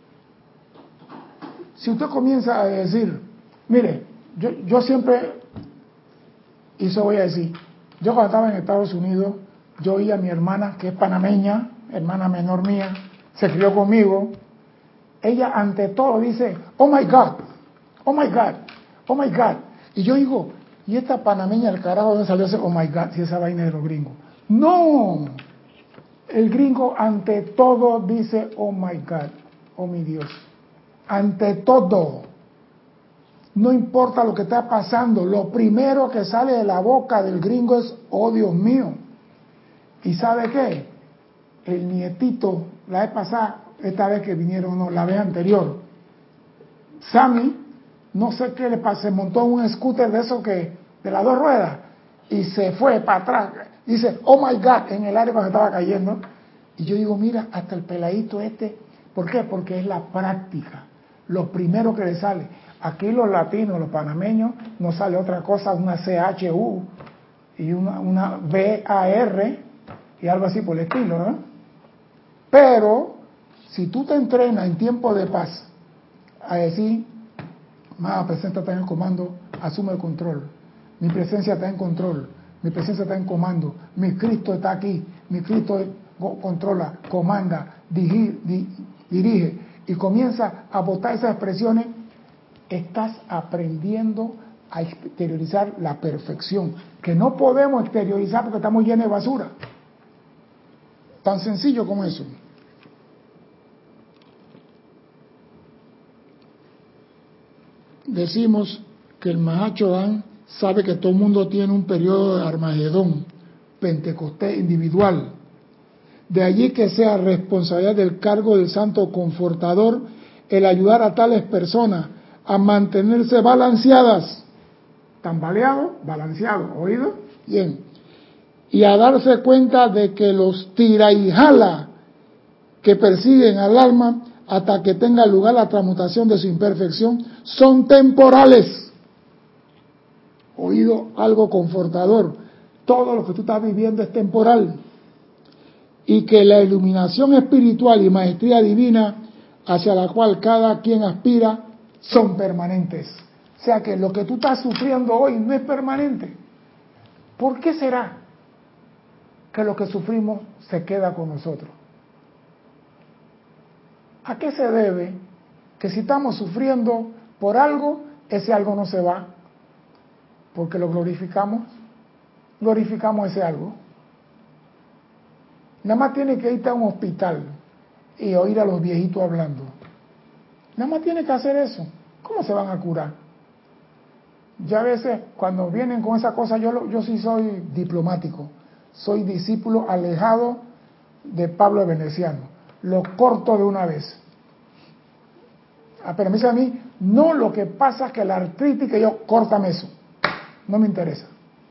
Si usted comienza a decir, mire, yo, yo siempre, y eso voy a decir, yo cuando estaba en Estados Unidos, yo oía a mi hermana, que es panameña, hermana menor mía, se crió conmigo, ella ante todo dice, oh my God, oh my God, oh my God. Y yo digo, ¿y esta panameña, el carajo, dónde salió ese oh my God, si esa vaina de los gringos? No, el gringo ante todo dice, oh my God, oh mi Dios. Ante todo, no importa lo que está pasando, lo primero que sale de la boca del gringo es, oh Dios mío. ¿Y sabe qué? El nietito, la vez pasada, esta vez que vinieron, no, la vez anterior, Sammy, no sé qué le pasó, se montó en un scooter de esos que, de las dos ruedas, y se fue para atrás, dice, oh my God, en el aire cuando estaba cayendo, y yo digo, mira, hasta el peladito este, ¿por qué? Porque es la práctica, lo primero que le sale. Aquí los latinos, los panameños, no sale otra cosa, una C H U y una, una B A R y algo así por el estilo, ¿no? Pero, si tú te entrenas en tiempo de paz a decir, más presencia está en el comando, asume el control. Mi presencia está en control, mi presencia está en comando, mi Cristo está aquí, mi Cristo controla, comanda, dirige, dirige y comienza a botar esas expresiones, estás aprendiendo a exteriorizar la perfección, que no podemos exteriorizar porque estamos llenos de basura. Tan sencillo como eso. Decimos que el Mahachohan sabe que todo el mundo tiene un periodo de Armagedón, Pentecostés individual. De allí que sea responsabilidad del cargo del Santo Confortador el ayudar a tales personas a mantenerse balanceadas, tambaleado, balanceado, ¿oído? Bien. Y a darse cuenta de que los tira y jala que persiguen al alma hasta que tenga lugar la transmutación de su imperfección son temporales. Oído, algo confortador. Todo lo que tú estás viviendo es temporal. Y que la iluminación espiritual y maestría divina hacia la cual cada quien aspira son permanentes. O sea que lo que tú estás sufriendo hoy no es permanente. ¿Por qué será que lo que sufrimos se queda con nosotros? ¿A qué se debe que si estamos sufriendo por algo, ese algo no se va? Porque lo glorificamos, glorificamos ese algo. Nada más tiene que irte a un hospital y oír a los viejitos hablando. Nada más tiene que hacer eso. ¿Cómo se van a curar? Ya a veces cuando vienen con esa cosa, yo, yo sí soy diplomático, soy discípulo alejado de Pablo el Veneciano. Lo corto de una vez. Pero me dice a mí, no, lo que pasa es que la artritis, que yo, córtame eso. No me interesa.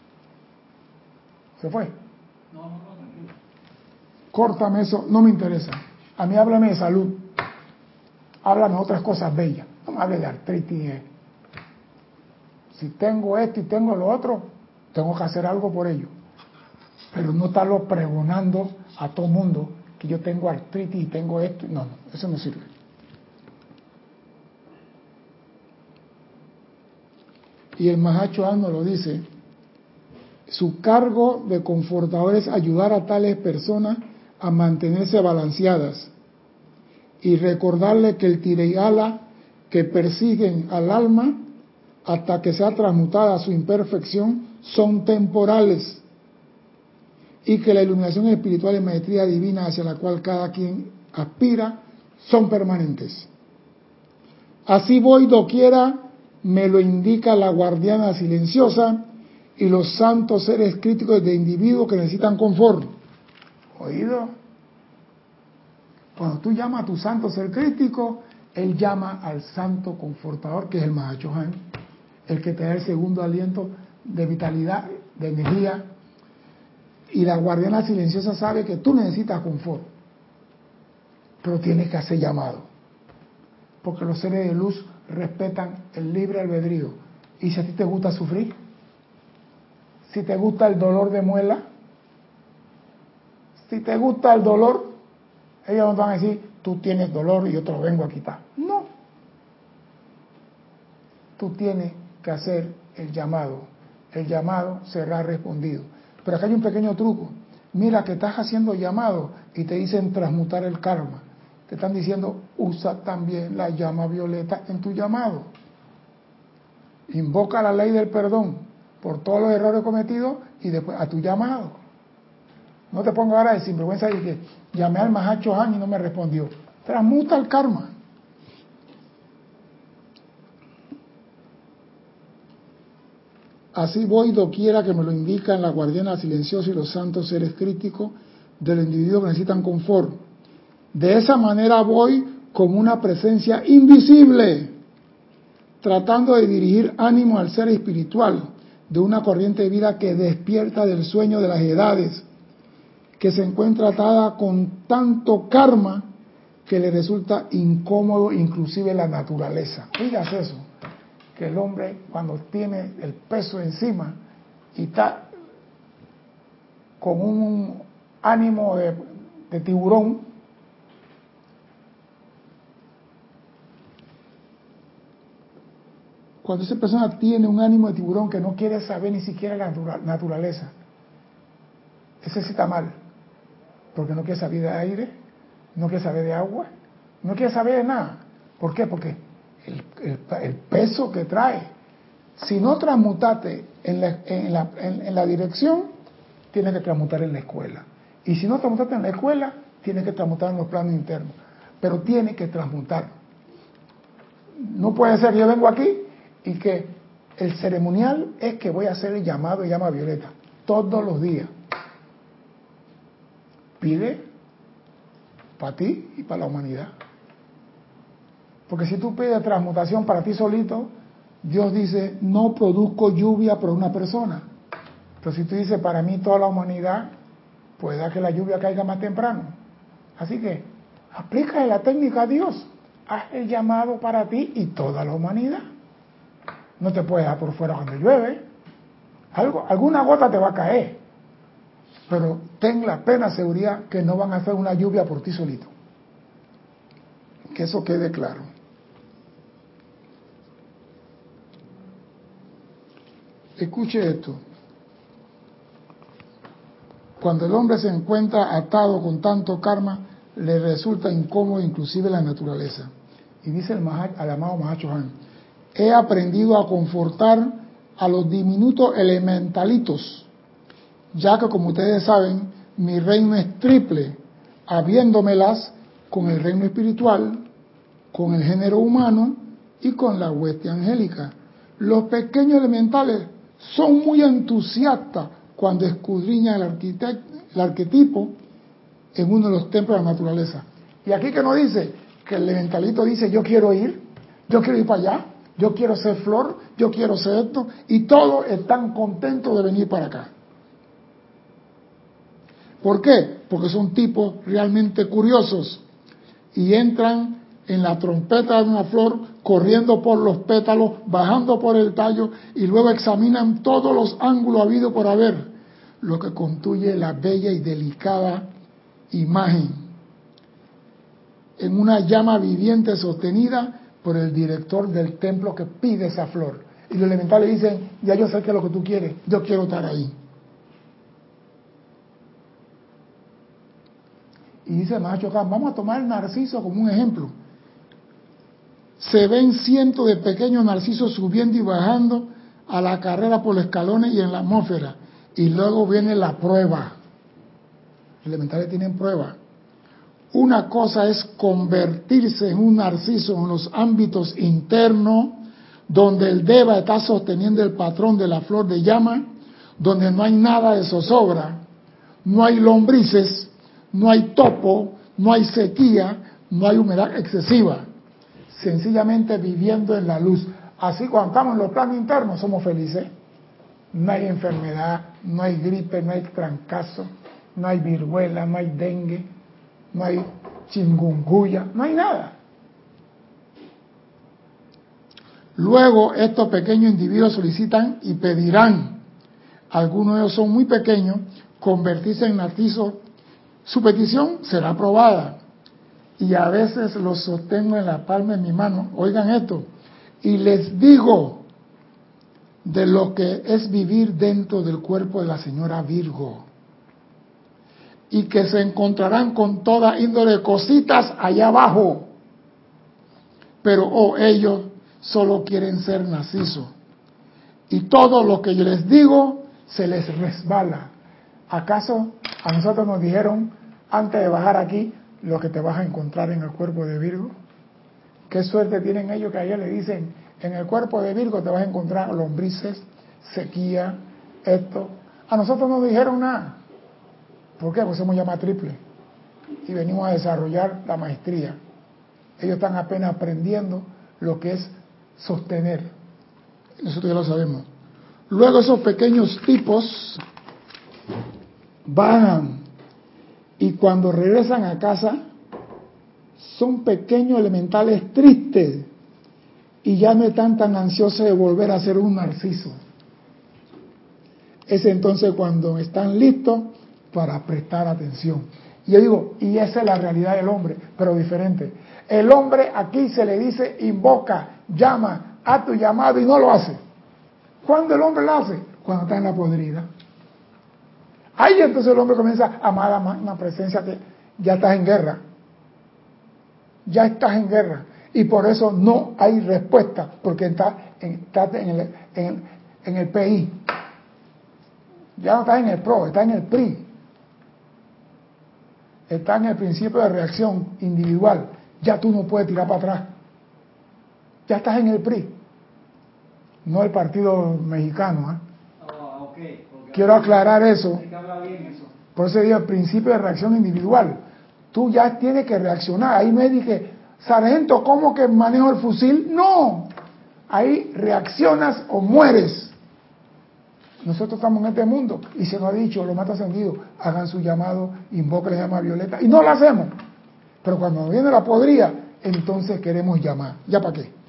¿Se fue? No, no, no, tranquilo. Córtame eso, no me interesa. A mí háblame de salud. Háblame de otras cosas bellas. No me hable de artritis. Eh. Si tengo esto y tengo lo otro, tengo que hacer algo por ello. Pero no estarlo pregonando a todo mundo que yo tengo artritis y tengo esto. No, no, eso no sirve. Y el Mahachohan nos lo dice, su cargo de confortador es ayudar a tales personas a mantenerse balanceadas y recordarle que el tira que persiguen al alma hasta que sea transmutada su imperfección son temporales y que la iluminación espiritual y maestría divina hacia la cual cada quien aspira son permanentes. Así voy doquiera, me lo indica la guardiana silenciosa y los santos seres críticos de individuos que necesitan confort. ¿Oído? Cuando tú llamas a tu santo ser crítico, él llama al santo confortador, que es el Mahachohan, el que te da el segundo aliento de vitalidad, de energía. Y la guardiana silenciosa sabe que tú necesitas confort, pero tienes que hacer llamado, porque los seres de luz respetan el libre albedrío. Y si a ti te gusta sufrir, si te gusta el dolor de muela, si te gusta el dolor, ellos no van a decir, tú tienes dolor y yo te lo vengo a quitar. No. Tú tienes que hacer el llamado. El llamado será respondido. Pero acá hay un pequeño truco. Mira que estás haciendo llamado y te dicen transmutar el karma. Te están diciendo, usa también la llama violeta en tu llamado. Invoca la ley del perdón por todos los errores cometidos y después a tu llamado. No te pongas ahora de sinvergüenza de que llamé al Mahachohan y no me respondió. Transmuta el karma. Así voy doquiera que me lo indican la guardiana silenciosa y los santos seres críticos del individuo que necesitan confort. De esa manera voy como una presencia invisible, tratando de dirigir ánimo al ser espiritual de una corriente de vida que despierta del sueño de las edades, que se encuentra atada con tanto karma que le resulta incómodo inclusive la naturaleza. Fíjate eso, que el hombre cuando tiene el peso encima y está con un ánimo de, de tiburón, cuando esa persona tiene un ánimo de tiburón que no quiere saber ni siquiera la naturaleza, ese sí está mal. Porque no quiere saber de aire, no quiere saber de agua, no quiere saber de nada. ¿Por qué? Porque el, el, el peso que trae, si no transmutaste en la, en, la, en, en la dirección, tienes que transmutar en la escuela. Y si no transmutaste en la escuela, tienes que transmutar en los planos internos. Pero tienes que transmutar. No puede ser que yo vengo aquí y que el ceremonial es que voy a hacer el llamado de llama violeta todos los días. Pide para ti y para la humanidad. Porque si tú pides transmutación para ti solito, Dios dice, no produzco lluvia por una persona. Pero si tú dices, para mí toda la humanidad, puede que la lluvia caiga más temprano. Así que, aplica la técnica a Dios. Haz el llamado para ti y toda la humanidad. No te puedes dejar por fuera cuando llueve. Algo, alguna gota te va a caer. Pero ten la plena seguridad que no van a hacer una lluvia por ti solito. Que eso quede claro. Escuche esto. Cuando el hombre se encuentra atado con tanto karma, le resulta incómodo inclusive la naturaleza. Y dice el, Maha, el amado Mahachohan, he aprendido a confortar a los diminutos elementalitos, ya que como ustedes saben, mi reino es triple, habiéndomelas con el reino espiritual, con el género humano y con la hueste angélica. Los pequeños elementales son muy entusiastas cuando escudriñan el, el arquetipo en uno de los templos de la naturaleza. Y aquí que no dice, que el elementalito dice, yo quiero ir, yo quiero ir para allá, yo quiero ser flor, yo quiero ser esto, y todos están contentos de venir para acá. ¿Por qué? Porque son tipos realmente curiosos y entran en la trompeta de una flor, corriendo por los pétalos, bajando por el tallo y luego examinan todos los ángulos habidos por haber, lo que construye la bella y delicada imagen en una llama viviente sostenida por el director del templo que pide esa flor. Y los elementales dicen, ya yo sé qué es lo que tú quieres, yo quiero estar ahí. Y dice Mahachohan, vamos a tomar el narciso como un ejemplo. Se ven cientos de pequeños narcisos subiendo y bajando a la carrera por los escalones y en la atmósfera. Y luego viene la prueba. elementales tienen prueba. Una cosa es convertirse en un narciso en los ámbitos internos, donde el Deva está sosteniendo el patrón de la flor de llama, donde no hay nada de zozobra, no hay lombrices, no hay topo, no hay sequía, no hay humedad excesiva. Sencillamente viviendo en la luz. Así cuando estamos en los planos internos somos felices. No hay enfermedad, no hay gripe, no hay trancazo, no hay viruela, no hay dengue, no hay chikungunya, no hay nada. Luego estos pequeños individuos solicitan y pedirán, algunos de ellos son muy pequeños, convertirse en narcisos. Su petición será aprobada. Y a veces los sostengo en la palma de mi mano, oigan esto, y les digo de lo que es vivir dentro del cuerpo de la señora Virgo, y que se encontrarán con toda índole de cositas allá abajo, pero oh, ellos solo quieren ser narcisos, y todo lo que yo les digo se les resbala. ¿Acaso a nosotros nos dijeron antes de bajar aquí lo que te vas a encontrar en el cuerpo de Virgo? Qué suerte tienen ellos que a ellos le dicen, en el cuerpo de Virgo te vas a encontrar lombrices, sequía, esto. A nosotros no nos dijeron nada. ¿Por qué? Porque somos llama triple y venimos a desarrollar la maestría. Ellos están apenas aprendiendo lo que es sostener. Nosotros ya lo sabemos. Luego esos pequeños tipos bajan y cuando regresan a casa son pequeños elementales tristes y ya no están tan ansiosos de volver a ser un narciso. Es entonces cuando están listos para prestar atención. Y yo digo, y esa es la realidad del hombre, pero diferente. El hombre aquí se le dice invoca, llama, a tu llamado y no lo hace. ¿Cuándo el hombre lo hace? Cuando está en la podrida. Ahí entonces el hombre comienza a amar a una presencia que ya estás en guerra. Ya estás en guerra. Y por eso no hay respuesta, porque estás en, estás en, el, en, en el P I. Ya no estás en el PRO, estás en el P R I. Estás en el principio de reacción individual. Ya tú no puedes tirar para atrás. Ya estás en el P R I. No el partido mexicano. ¿eh? Oh, okay, okay. Quiero aclarar eso. Hay que hablar bien eso. Por eso digo el principio de reacción individual. Tú ya tienes que reaccionar. Ahí me dije, sargento, ¿cómo que manejo el fusil? No. Ahí reaccionas o mueres. Nosotros estamos en este mundo y se nos ha dicho, los matas ascendidos, hagan su llamado, invoquen la llama violeta. Y no lo hacemos. Pero cuando viene la podrida, entonces queremos llamar. ¿Ya para qué?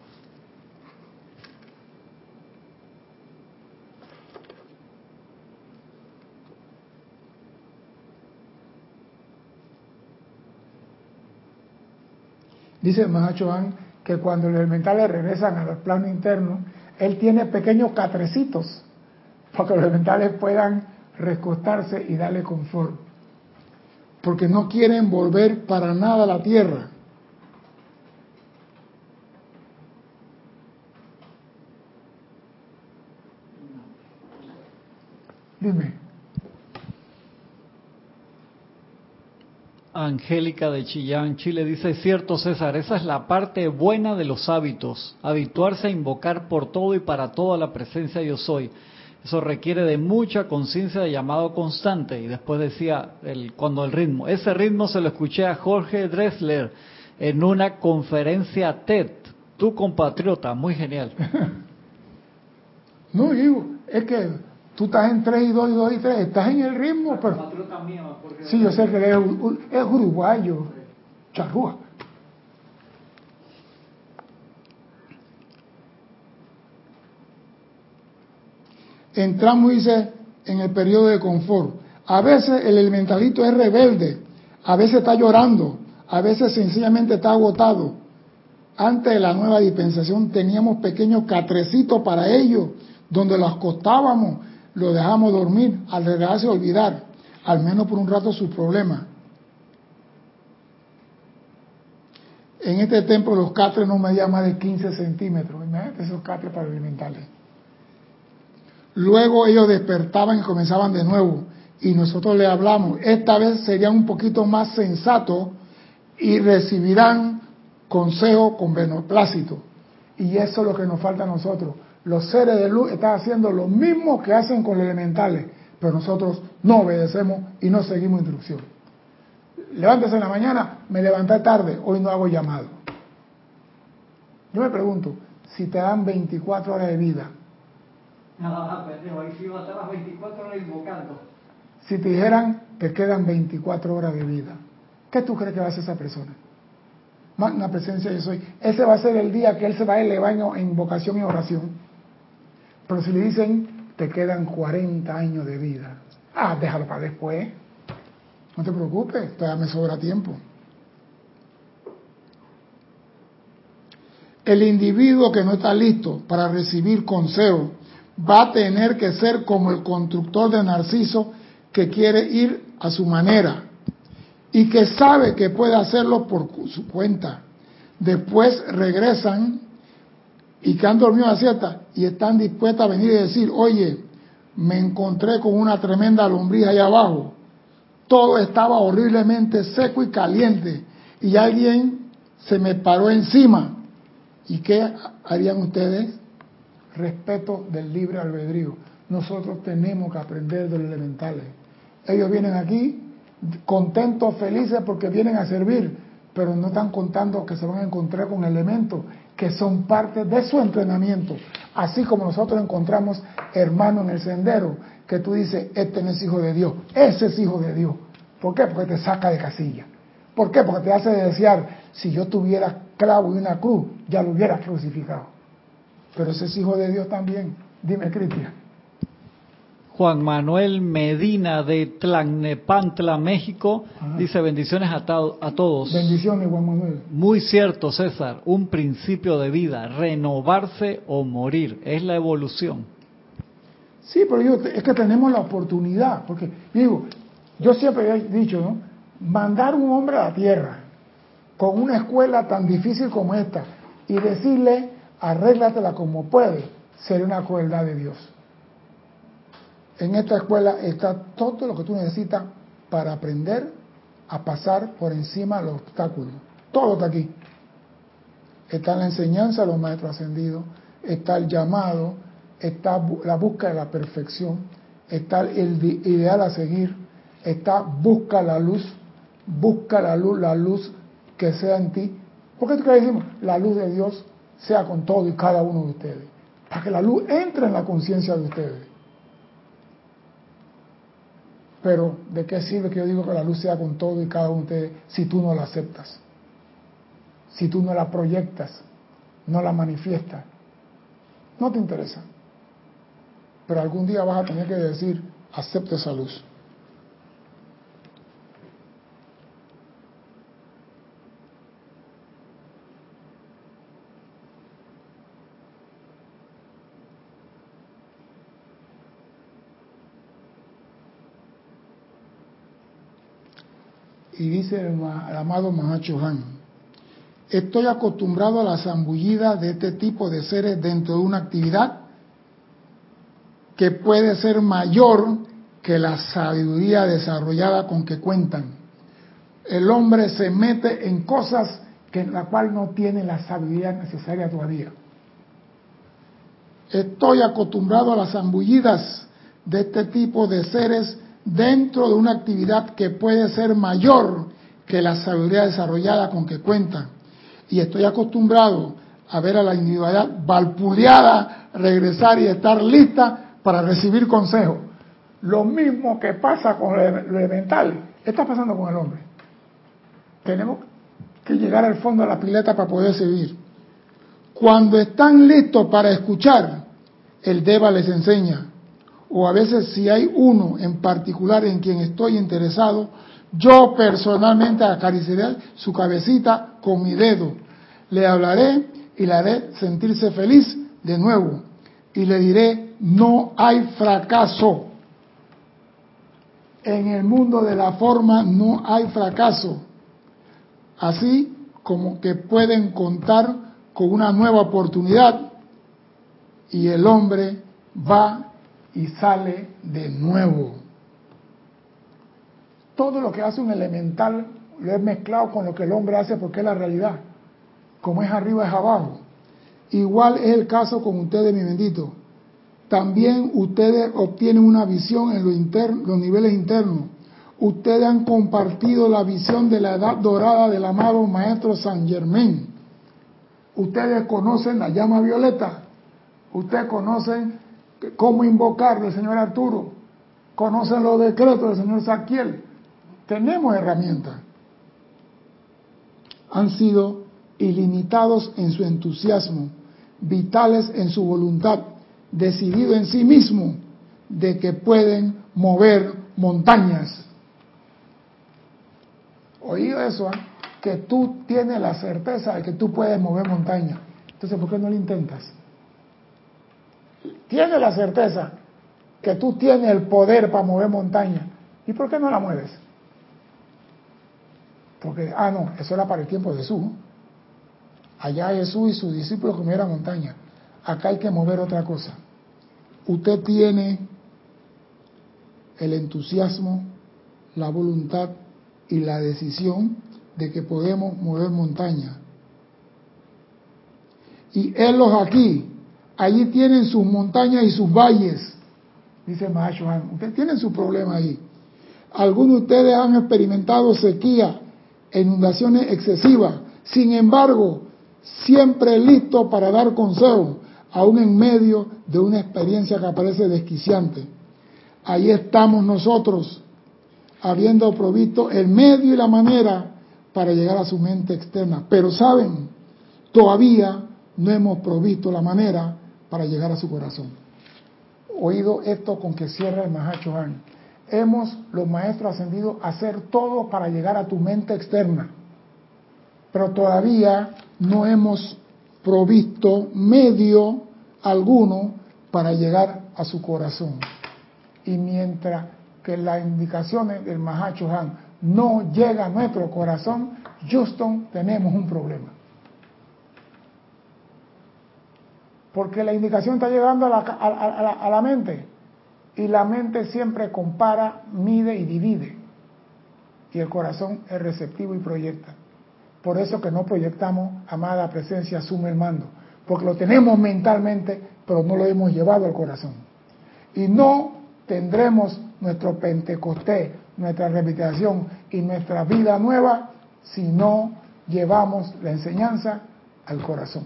Dice el Mahachohan que cuando los elementales regresan al plano interno, él tiene pequeños catrecitos para que los elementales puedan recostarse y darle confort. Porque no quieren volver para nada a la tierra. Dime. Angélica de Chillán, Chile, dice, es cierto César, esa es la parte buena de los hábitos, habituarse a invocar por todo y para toda la presencia yo soy. Eso requiere de mucha conciencia de llamado constante. Y después decía, el, cuando el ritmo, ese ritmo se lo escuché a Jorge Drexler en una conferencia TED, tu compatriota, muy genial. No, digo, es que tú estás en tres y dos y dos y tres, estás en el ritmo, el pero... compatriota mío, porque sí, yo sé que él es, es uruguayo, charrúa. Entramos, dice, en el periodo de confort. A veces el elementalito es rebelde, a veces está llorando, a veces sencillamente está agotado. Antes de la nueva dispensación teníamos pequeños catrecitos para ellos, donde los acostábamos, los dejábamos dormir, al regresarse a olvidar, al menos por un rato sus problemas. En este templo los catres no medían más de quince centímetros, imagínate esos catres para elementales. Luego ellos despertaban y comenzaban de nuevo. y nosotros le hablamos, esta vez serían un poquito más sensatos y recibirán consejo con beneplácito. Y eso es lo que nos falta a nosotros. Los seres de luz están haciendo lo mismo que hacen con los elementales, pero nosotros no obedecemos y no seguimos instrucción. Levántese en la mañana, me levanté tarde, hoy no hago llamado. Yo me pregunto, si te dan veinticuatro horas de vida, no, pendejo, ahí sí va a estar las veinticuatro horas invocando. Si te dijeran, te quedan veinticuatro horas de vida, ¿qué tú crees que va a hacer esa persona? Magna presencia yo soy. Ese va a ser el día que él se va a elevar en invocación y oración. Pero si le dicen, te quedan cuarenta años de vida, ah, déjalo para después. No te preocupes, todavía me sobra tiempo. El individuo que no está listo para recibir consejo va a tener que ser como el constructor de Narciso que quiere ir a su manera y que sabe que puede hacerlo por su cuenta. Después regresan y que han dormido a siesta y están dispuestos a venir y decir, oye, me encontré con una tremenda lombriz allá abajo. Todo estaba horriblemente seco y caliente y alguien se me paró encima. ¿Y qué harían ustedes? Respeto del libre albedrío. Nosotros tenemos que aprender de los elementales. Ellos vienen aquí contentos, felices porque vienen a servir, pero no están contando que se van a encontrar con elementos que son parte de su entrenamiento. Así como nosotros encontramos hermanos en el sendero, que tú dices, este no es hijo de Dios, ese es hijo de Dios. ¿Por qué? Porque te saca de casilla. ¿Por qué? Porque te hace desear, si yo tuviera clavo y una cruz, ya lo hubiera crucificado. Pero ese es hijo de Dios también. Dime, Cristian. Juan Manuel Medina de Tlalnepantla, México, Ajá. dice bendiciones a, a todos. Bendiciones, Juan Manuel. Muy cierto, César, un principio de vida, renovarse o morir, es la evolución. Sí, pero yo, es que tenemos la oportunidad, porque digo, yo siempre he dicho, ¿no? Mandar un hombre a la tierra con una escuela tan difícil como esta y decirle, arréglatela como puede, sería una crueldad de Dios. En esta escuela está todo lo que tú necesitas para aprender a pasar por encima de los obstáculos. Todo está aquí. Está la enseñanza de los maestros ascendidos, está el llamado, está la búsqueda de la perfección, está el ideal a seguir, está busca la luz, busca la luz, la luz que sea en ti. ¿Por qué tú crees que decimos? La luz de Dios sea con todo y cada uno de ustedes. Para que la luz entre en la conciencia de ustedes. Pero, ¿de qué sirve que yo digo que la luz sea con todo y cada uno de ustedes si tú no la aceptas? Si tú no la proyectas, no la manifiestas. No te interesa. Pero algún día vas a tener que decir, acepto esa luz. Y dice el, el amado Mahacho Han, estoy acostumbrado a la zambullida de este tipo de seres dentro de una actividad que puede ser mayor que la sabiduría desarrollada con que cuentan. El hombre se mete en cosas que en la cual no tiene la sabiduría necesaria todavía. Estoy acostumbrado a las zambullidas de este tipo de seres dentro de una actividad que puede ser mayor que la sabiduría desarrollada con que cuentan. Y estoy acostumbrado a ver a la individualidad valpuleada regresar y estar lista para recibir consejo. Lo mismo que pasa con lo elemental, está pasando con el hombre. Tenemos que llegar al fondo de la pileta para poder seguir. Cuando están listos para escuchar, el Deva les enseña. O a veces si hay uno en particular en quien estoy interesado, yo personalmente acariciaré su cabecita con mi dedo. Le hablaré y le haré sentirse feliz de nuevo. Y le diré, no hay fracaso. En el mundo de la forma no hay fracaso. Así como que pueden contar con una nueva oportunidad y el hombre va y sale de nuevo. todo lo que hace un elemental lo he mezclado con lo que el hombre hace porque es la realidad. Como es arriba es abajo. Igual es el caso con ustedes, mi bendito. También ustedes obtienen una visión en lo interno, los niveles internos. Ustedes han compartido la visión de la edad dorada del amado Maestro San Germain. Ustedes conocen la llama violeta. Ustedes conocen cómo invocar del señor Arturo. Conocen los decretos del señor Saquiel. Tenemos herramientas. Han sido ilimitados en su entusiasmo, vitales en su voluntad, decididos en sí mismos de que pueden mover montañas. Oído eso, ¿eh? Que tú tienes la certeza de que tú puedes mover montañas. Entonces, ¿por qué no lo intentas? Tienes la certeza que tú tienes el poder para mover montañas. ¿Y por qué no la mueves? Porque, ah, no, eso era para el tiempo de Jesús. Allá Jesús y sus discípulos comieron montaña. Acá hay que mover otra cosa. Usted tiene el entusiasmo, la voluntad y la decisión de que podemos mover montaña. Y élos aquí, allí tienen sus montañas y sus valles, dice Mahacho Han. Ustedes tienen su problema ahí. Algunos de ustedes han experimentado sequía e inundaciones excesivas. Sin embargo, siempre listo para dar consejo, aún en medio de una experiencia que parece desquiciante. Ahí estamos nosotros, habiendo provisto el medio y la manera para llegar a su mente externa. Pero saben, todavía no hemos provisto la manera para llegar a su corazón. Oído esto con que cierra el Mahacho Han. Hemos, los maestros ascendidos, hacer todo para llegar a tu mente externa. Pero todavía no hemos provisto medio alguno para llegar a su corazón. Y mientras que las indicaciones del Mahacho Han no llegan a nuestro corazón, Houston, tenemos un problema. Porque la indicación está llegando a la, a, a, la, a la mente. Y la mente siempre compara, mide y divide. Y el corazón es receptivo y proyecta. Por eso que no proyectamos, amada presencia, asume el mando. Porque lo tenemos mentalmente, pero no lo hemos llevado al corazón. Y no tendremos nuestro Pentecostés, nuestra revitalización y nuestra vida nueva si no llevamos la enseñanza al corazón.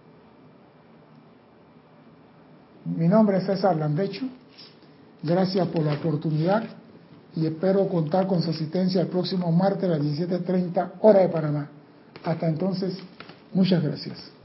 Mi nombre es César Landecho. Gracias por la oportunidad y espero contar con su asistencia el próximo martes a las diecisiete treinta hora de Panamá. Hasta entonces, muchas gracias.